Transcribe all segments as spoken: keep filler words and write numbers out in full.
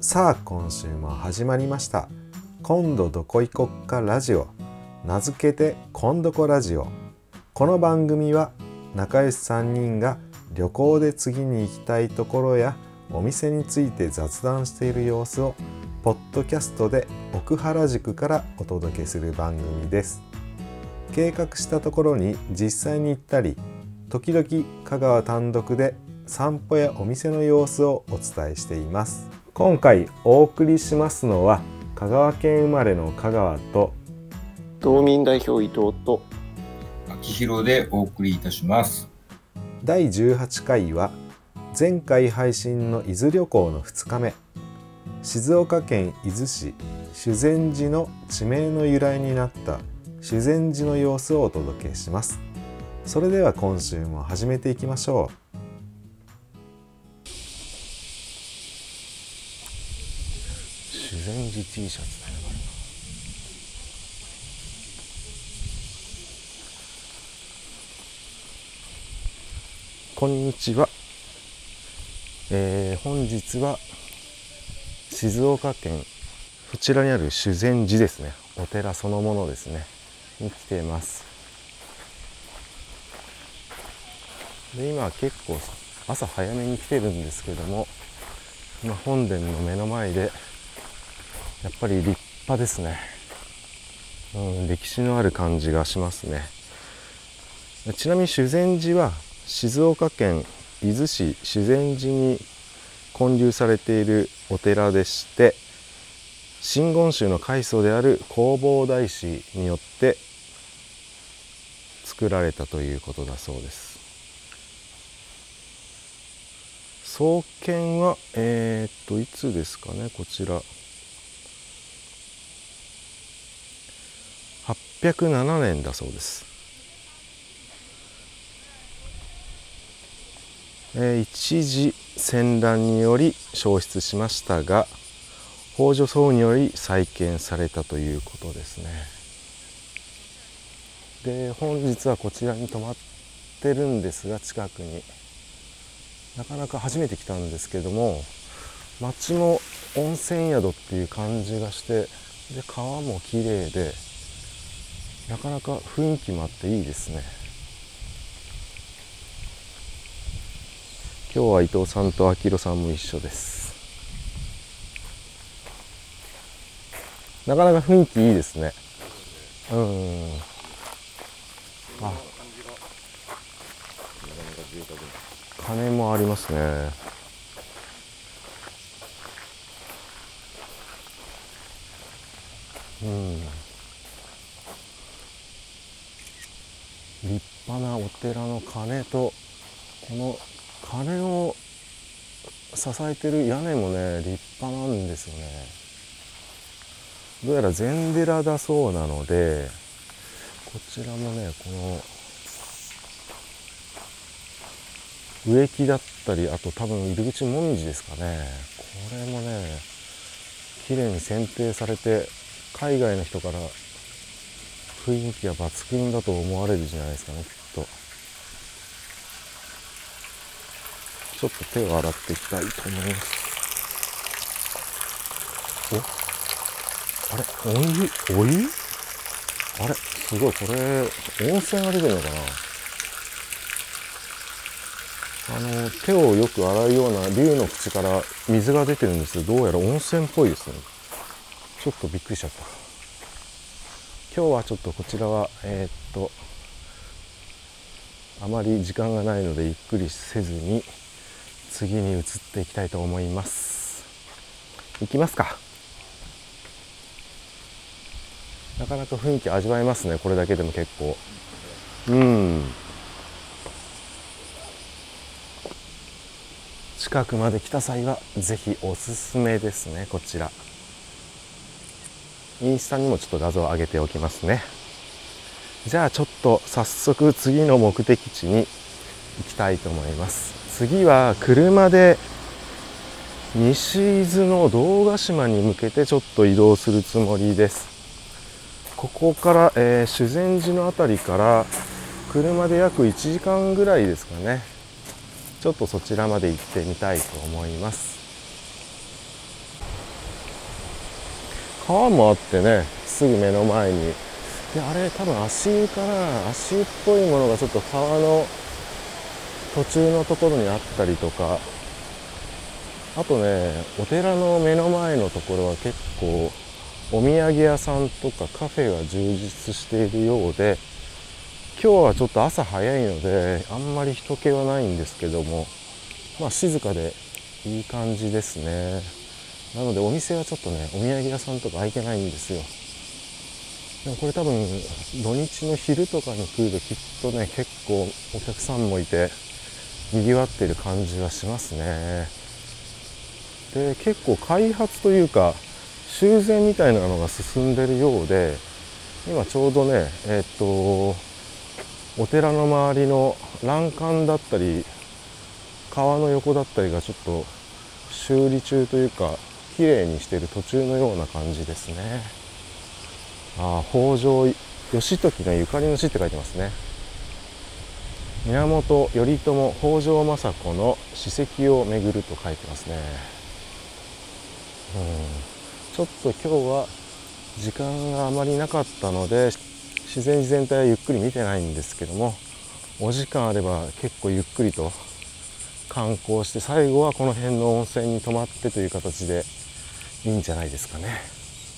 さあ今週も始まりました。今度どこ行こっかラジオ、名付けて今どこラジオ。この番組は仲良しさんにんが旅行で次に行きたいところやお店について雑談している様子をポッドキャストで奥原宿からお届けする番組です。計画したところに実際に行ったり、時々香川単独で散歩やお店の様子をお伝えしています。今回お送りしますのは香川県生まれの香川と道民代表伊藤と秋広でお送りいたします。 だいじゅうはちかいは前回配信の伊豆旅行のふつかめ、静岡県伊豆市修善寺の地名の由来になった修善寺の様子をお届けします。それでは今週も始めていきましょう。修善寺 T シャツだよ、これ。こんにちは、えー、本日は静岡県こちらにある修善寺ですね、お寺そのものですねに来ています。で今結構朝早めに来てるんですけども、今本殿の目の前でやっぱり立派ですね、うん、歴史のある感じがしますね。ちなみに修善寺は静岡県伊豆市修善寺に建立されているお寺でして、真言宗の開祖である弘法大師によって作られたということだそうです。創建はえー、っといつですかね、こちらはっぴゃくななねんだそうです。えー、一時戦乱により焼失しましたが、北条僧により再建されたということですね。で本日はこちらに泊まってるんですが、近くになかなか初めて来たんですけども、街も温泉宿っていう感じがして、で川も綺麗で、なかなか雰囲気もあっていいですね。今日は伊藤さんと秋広さんも一緒です。なかなか雰囲気いいですね。うん。あ、鐘もありますね。うん。立派なお寺の鐘と、この鐘を支えてる屋根もね、立派なんですよね。どうやら禅寺だそうなので、こちらもね、この植木だったり、あと多分入り口もみじですかね、これもね綺麗に剪定されて、海外の人から雰囲気が抜群だと思われるじゃないですかね、きっと。ちょっと手を洗っていきたいと思います。お、あれ、お湯お湯あれ、すごい、これ温泉が出てるのかな。あの手をよく洗うような龍の口から水が出てるんですけど、どうやら温泉っぽいですね。ちょっとびっくりしちゃった。今日はちょっとこちらはえー、っとあまり時間がないのでゆっくりせずに次に移っていきたいと思います。行きますか。なかなか雰囲気味わえますね、これだけでも結構。うん近くまで来た際はぜひおすすめですね。こちらインスタにもちょっと画像を上げておきますね。じゃあちょっと早速次の目的地に行きたいと思います。次は車で西伊豆の堂ヶ島に向けてちょっと移動するつもりです。ここから、えー、修善寺のあたりから車で約いちじかんぐらいですかね。ちょっとそちらまで行ってみたいと思います。 川もあってね、すぐ目の前に。で、あれ多分足湯かな、足湯っぽいものがちょっと川の途中のところにあったりとか、あとね、お寺の目の前のところは結構お土産屋さんとかカフェが充実しているようで、今日はちょっと朝早いのであんまり人気はないんですけども、まあ静かでいい感じですね。なのでお店はちょっとね、お土産屋さんとか開いてないんですよ。でもこれ多分土日の昼とかに来るときっとね、結構お客さんもいて賑わってる感じがしますね。で、結構開発というか修繕みたいなのが進んでるようで、今ちょうどね、えっとお寺の周りの欄干だったり川の横だったりがちょっと修理中というか綺麗にしている途中のような感じですね。ああ、北条義時のゆかりの地って書いてますね。源頼朝北条政子の史跡を巡ると書いてますね。うん、ちょっと今日は時間があまりなかったので自然寺全体はゆっくり見てないんですけども、お時間あれば結構ゆっくりと観光して最後はこの辺の温泉に泊まってという形でいいんじゃないですかね。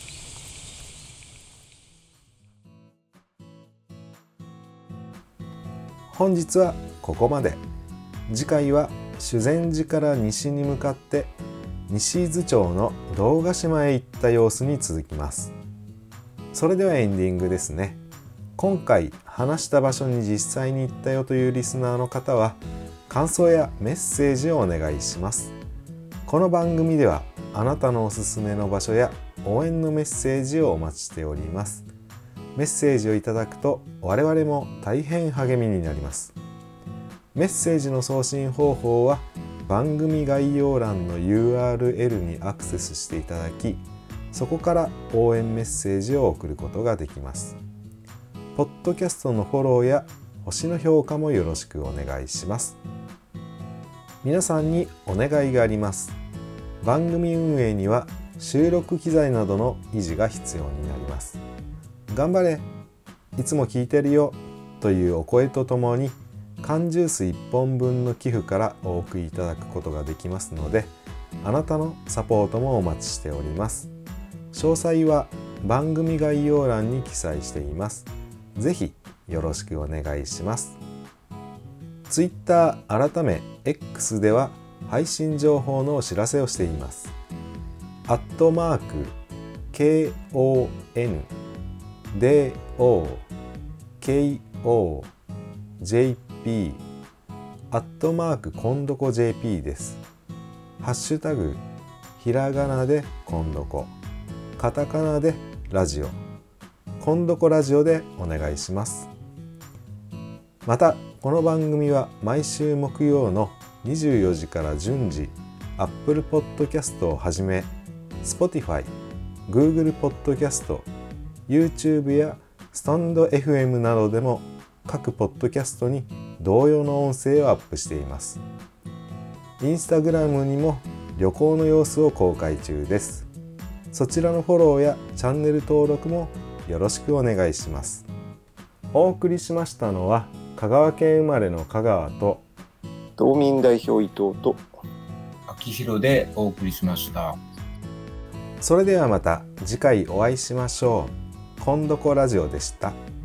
本日はここまで。次回は修善寺から西に向かって西伊豆町の堂ヶ島へ行った様子に続きます。それではエンディングですね。今回話した場所に実際に行ったよというリスナーの方は感想やメッセージをお願いします。この番組ではあなたのおすすめの場所や応援のメッセージをお待ちしております。メッセージをいただくと我々も大変励みになります。メッセージの送信方法は番組概要欄の ユーアールエル にアクセスしていただき、そこから応援メッセージを送ることができます。ポッドキャストのフォローや星の評価もよろしくお願いします。皆さんにお願いがあります。番組運営には収録機材などの維持が必要になります。頑張れ、いつも聞いてるよというお声とともに缶ジュースいっぽんぶんの寄付からお送りいただくことができますので、あなたのサポートもお待ちしております。詳細は番組概要欄に記載しています。ぜひよろしくお願いします。Twitter 改め X では配信情報のお知らせをしています。アットマーク ケーオーエヌディーオーケーオージェーピー アットマークこんどこ ジェーピー です。ハッシュタグひらがなでこんどこ、カタカナでラジオ、こんどこラジオでお願いします。またこの番組は毎週木曜のにじゅうよじから順次 Apple Podcast をはじめ Spotify、Google Podcast、YouTube やスタンド エフエム などでも各ポッドキャストに同様の音声をアップしています。インスタグラムにも旅行の様子を公開中です。そちらのフォローやチャンネル登録もよろしくお願いします。お送りしましたのは香川県生まれの香川と道民代表伊藤と秋広でお送りしました。 それではまた次回お会いしましょう。こんどこラジオでした。